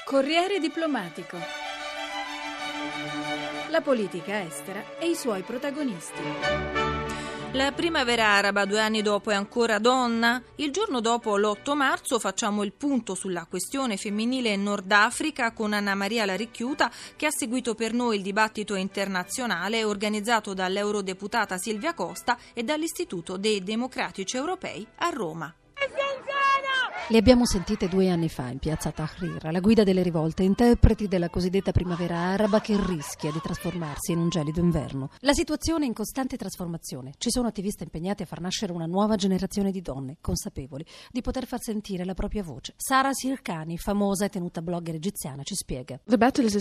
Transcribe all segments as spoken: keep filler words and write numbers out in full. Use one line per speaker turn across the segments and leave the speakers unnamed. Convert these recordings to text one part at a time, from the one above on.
Corriere diplomatico. La politica estera e i suoi protagonisti.
La primavera araba due anni dopo è ancora donna? Il giorno dopo, l'otto marzo, facciamo il punto sulla questione femminile in Nord Africa con Anna Maria Laricchiuta, che ha seguito per noi il dibattito internazionale organizzato dall'eurodeputata Silvia Costa e dall'Istituto dei Democratici Europei a Roma.
Le abbiamo sentite due anni fa in piazza Tahrir, alla guida delle rivolte, interpreti della cosiddetta primavera araba che rischia di trasformarsi in un gelido inverno. La situazione è in costante trasformazione. Ci sono attiviste impegnate a far nascere una nuova generazione di donne, consapevoli di poter far sentire la propria voce. Sara Sirkani, famosa e tenuta blogger egiziana, ci spiega.
La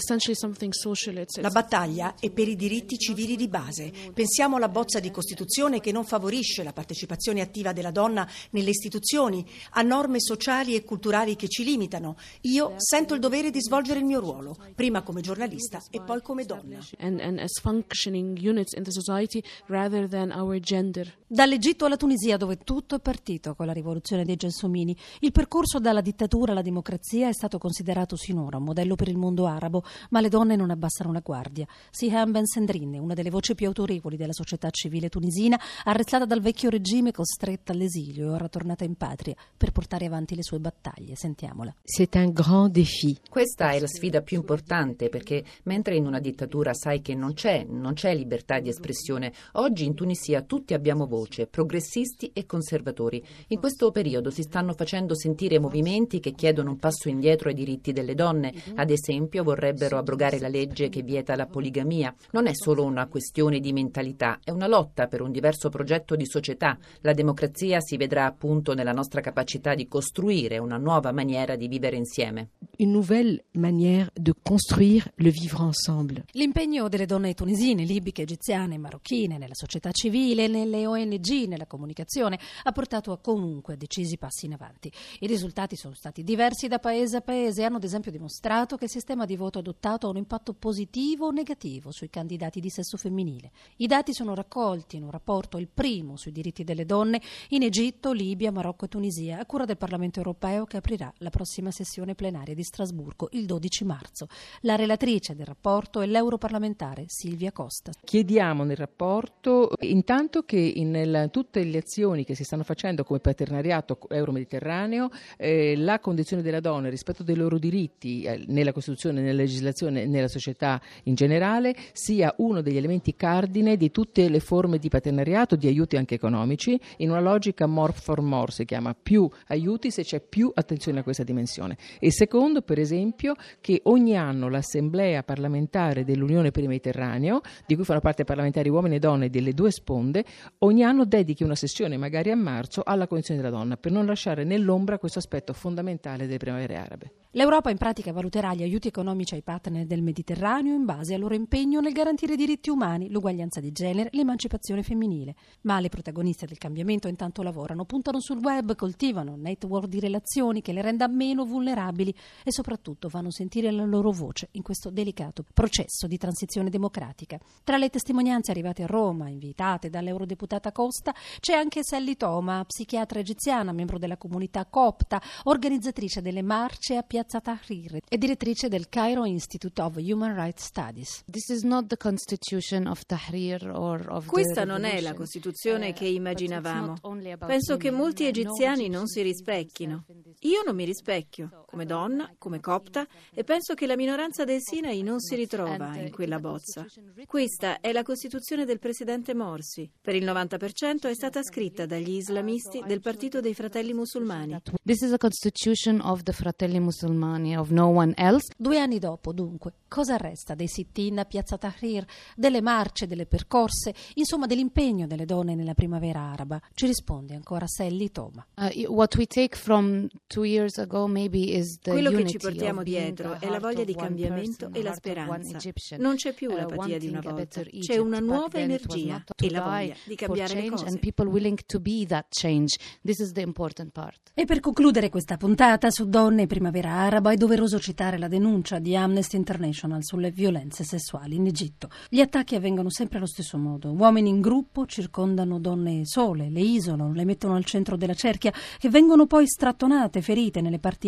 battaglia è per i diritti civili di base. Pensiamo alla bozza di Costituzione che non favorisce la partecipazione attiva della donna nelle istituzioni, a norme sociali e culturali che ci limitano. Io sento il dovere di svolgere il mio ruolo, prima come giornalista e poi come donna.
And, and as functioning units in the society rather than our gender.
Dall'Egitto alla Tunisia, dove tutto è partito con la rivoluzione dei Gelsomini, il percorso dalla dittatura alla democrazia è stato considerato sinora un modello per il mondo arabo, ma le donne non abbassano la guardia. Siham Ben Sendrin, una delle voci più autorevoli della società civile tunisina, arrestata dal vecchio regime, costretta all'esilio e ora tornata in patria per portare avanti le sue battaglie. Sentiamola.
C'est un grand défi.
Questa è la sfida più importante, perché mentre in una dittatura sai che non c'è, non c'è libertà di espressione, oggi in Tunisia tutti abbiamo voce, progressisti e conservatori. In questo periodo si stanno facendo sentire movimenti che chiedono un passo indietro ai diritti delle donne. Ad esempio vorrebbero abrogare la legge che vieta la poligamia. Non è solo una questione di mentalità, è una lotta per un diverso progetto di società. La democrazia si vedrà appunto nella nostra capacità di costruire una nuova maniera di vivere insieme.
Une nouvelle manière de construire le vivre ensemble.
L'impegno delle donne tunisine, libiche, egiziane, marocchine, nella società civile, nelle O N G, nella comunicazione, ha portato a comunque decisi passi in avanti. I risultati sono stati diversi da paese a paese e hanno ad esempio dimostrato che il sistema di voto adottato ha un impatto positivo o negativo sui candidati di sesso femminile. I dati sono raccolti in un rapporto, il primo sui diritti delle donne, in Egitto, Libia, Marocco e Tunisia, a cura del Parlamento europeo, che aprirà la prossima sessione plenaria di Strasburgo il dodici marzo. La relatrice del rapporto è l'europarlamentare Silvia Costa.
Chiediamo nel rapporto intanto che in nel, tutte le azioni che si stanno facendo come partenariato euro-mediterraneo eh, la condizione della donna, il rispetto dei loro diritti eh, nella Costituzione, nella legislazione e nella società in generale sia uno degli elementi cardine di tutte le forme di partenariato, di aiuti anche economici, in una logica more for more, si chiama più aiuti se c'è più attenzione a questa dimensione. E secondo, per esempio, che ogni anno l'Assemblea parlamentare dell'Unione per il Mediterraneo, di cui fanno parte parlamentari uomini e donne delle due sponde, ogni anno dedichi una sessione, magari a marzo, alla condizione della donna, per non lasciare nell'ombra questo aspetto fondamentale delle primavere arabe.
L'Europa in pratica valuterà gli aiuti economici ai partner del Mediterraneo in base al loro impegno nel garantire i diritti umani, l'uguaglianza di genere, l'emancipazione femminile. Ma le protagoniste del cambiamento intanto lavorano, puntano sul web, coltivano un network di relazioni che le renda meno vulnerabili e soprattutto fanno sentire la loro voce in questo delicato processo di transizione democratica. Tra le testimonianze arrivate a Roma, invitate dall'eurodeputata Costa, c'è anche Sally Toma, psichiatra egiziana, membro della comunità copta, organizzatrice delle marce a piazza Tahrir e direttrice del Cairo Institute of Human Rights Studies.
This is not the constitution of Tahrir or of
Questa non è la Costituzione che immaginavamo. Penso che molti egiziani non si rispecchino. Io non mi rispecchio, come donna, come copta, e penso che la minoranza del Sinai non si ritrova in quella bozza. Questa è la Costituzione del presidente Morsi. Per il novanta per cento è stata scritta dagli islamisti del Partito dei Fratelli Musulmani.
This is a constitution of the Fratelli Musulmani, of no one else.
Due anni dopo, dunque, cosa resta dei sit-in a piazza Tahrir, delle marce, delle percorse, insomma dell'impegno delle donne nella primavera araba? Ci risponde ancora Sally Toma.
Uh, what we take from two years ago maybe is the
Quello che
unity
ci portiamo dietro è la voglia di cambiamento e la speranza. Non c'è più l'apatia di una volta, c'è una nuova energia e la voglia di cambiare le cose.
And people willing to be that change. This is the important part.
E per concludere questa puntata su donne e primavera araba è doveroso citare la denuncia di Amnesty International sulle violenze sessuali in Egitto. Gli attacchi avvengono sempre allo stesso modo. Uomini in gruppo circondano donne sole, le isolano, le mettono al centro della cerchia, che vengono poi strattonate, ferite nelle parti intime,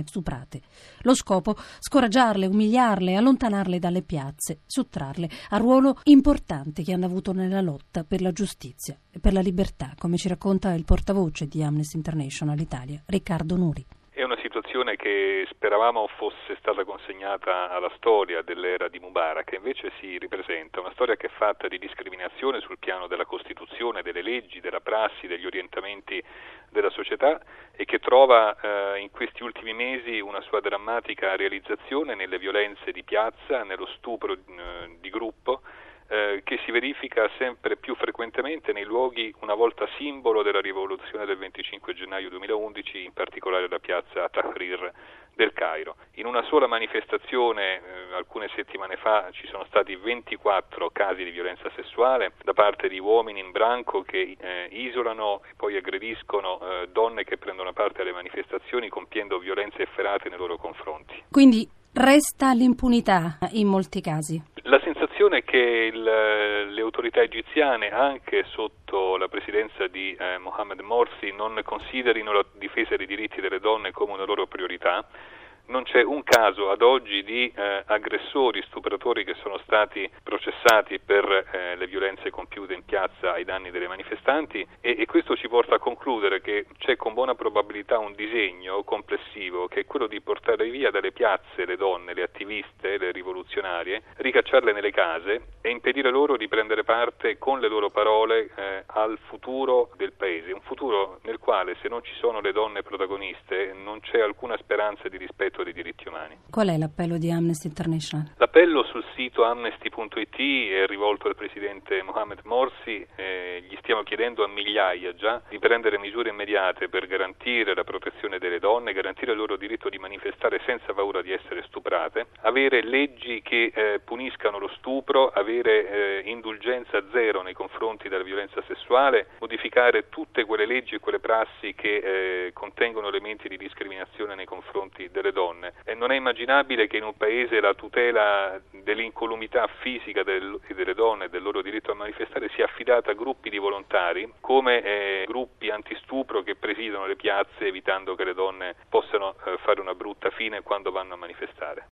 stuprate. Lo scopo? Scoraggiarle, umiliarle, allontanarle dalle piazze, sottrarle al ruolo importante che hanno avuto nella lotta per la giustizia e per la libertà, come ci racconta il portavoce di Amnesty International Italia, Riccardo Nuri.
È una situazione che speravamo fosse stata consegnata alla storia dell'era di Mubarak, che invece si ripresenta, una storia che è fatta di discriminazione sul piano della Costituzione, delle leggi, della prassi, degli orientamenti della società e che trova eh, in questi ultimi mesi una sua drammatica realizzazione nelle violenze di piazza, nello stupro eh, di gruppo, Eh, che si verifica sempre più frequentemente nei luoghi una volta simbolo della rivoluzione del venticinque gennaio duemilaundici, in particolare la piazza Tahrir del Cairo. In una sola manifestazione, eh, alcune settimane fa, ci sono stati ventiquattro casi di violenza sessuale da parte di uomini in branco che eh, isolano e poi aggrediscono eh, donne che prendono parte alle manifestazioni compiendo violenze efferate nei loro confronti.
Quindi resta l'impunità in molti casi.
La sensazione è che il, le autorità egiziane, anche sotto la presidenza di eh, Mohamed Morsi, non considerino la difesa dei diritti delle donne come una loro priorità. Non c'è un caso ad oggi di eh, aggressori, stupratori che sono stati processati per eh, le violenze compiute in piazza ai danni delle manifestanti e, e questo ci porta a concludere che c'è con buona probabilità un disegno complessivo che è quello di portare via dalle piazze le donne, le attiviste, le rivoluzionarie, ricacciarle nelle case e impedire loro di prendere parte con le loro parole eh, al futuro del paese, un futuro nel quale se non ci sono le donne protagoniste non c'è alcuna speranza di rispetto dei diritti umani.
Qual è l'appello di Amnesty International?
L'appello sul sito amnesty punto it è rivolto al presidente Mohamed Morsi. Eh, gli stiamo chiedendo a migliaia già di prendere misure immediate per garantire la protezione delle donne, garantire il loro diritto di manifestare senza paura di essere stuprate, avere leggi che eh, puniscano lo stupro, avere eh, indulgenza zero nei confronti della violenza sessuale, modificare tutte quelle leggi e quelle prassi che eh, contengono elementi di discriminazione nei confronti delle donne. E non è immaginabile che in un paese la tutela dell'incolumità fisica del, delle donne e del loro diritto a manifestare sia affidata a gruppi di volontari come eh, gruppi antistupro che presidiano le piazze evitando che le donne possano eh, fare una brutta fine quando vanno a manifestare.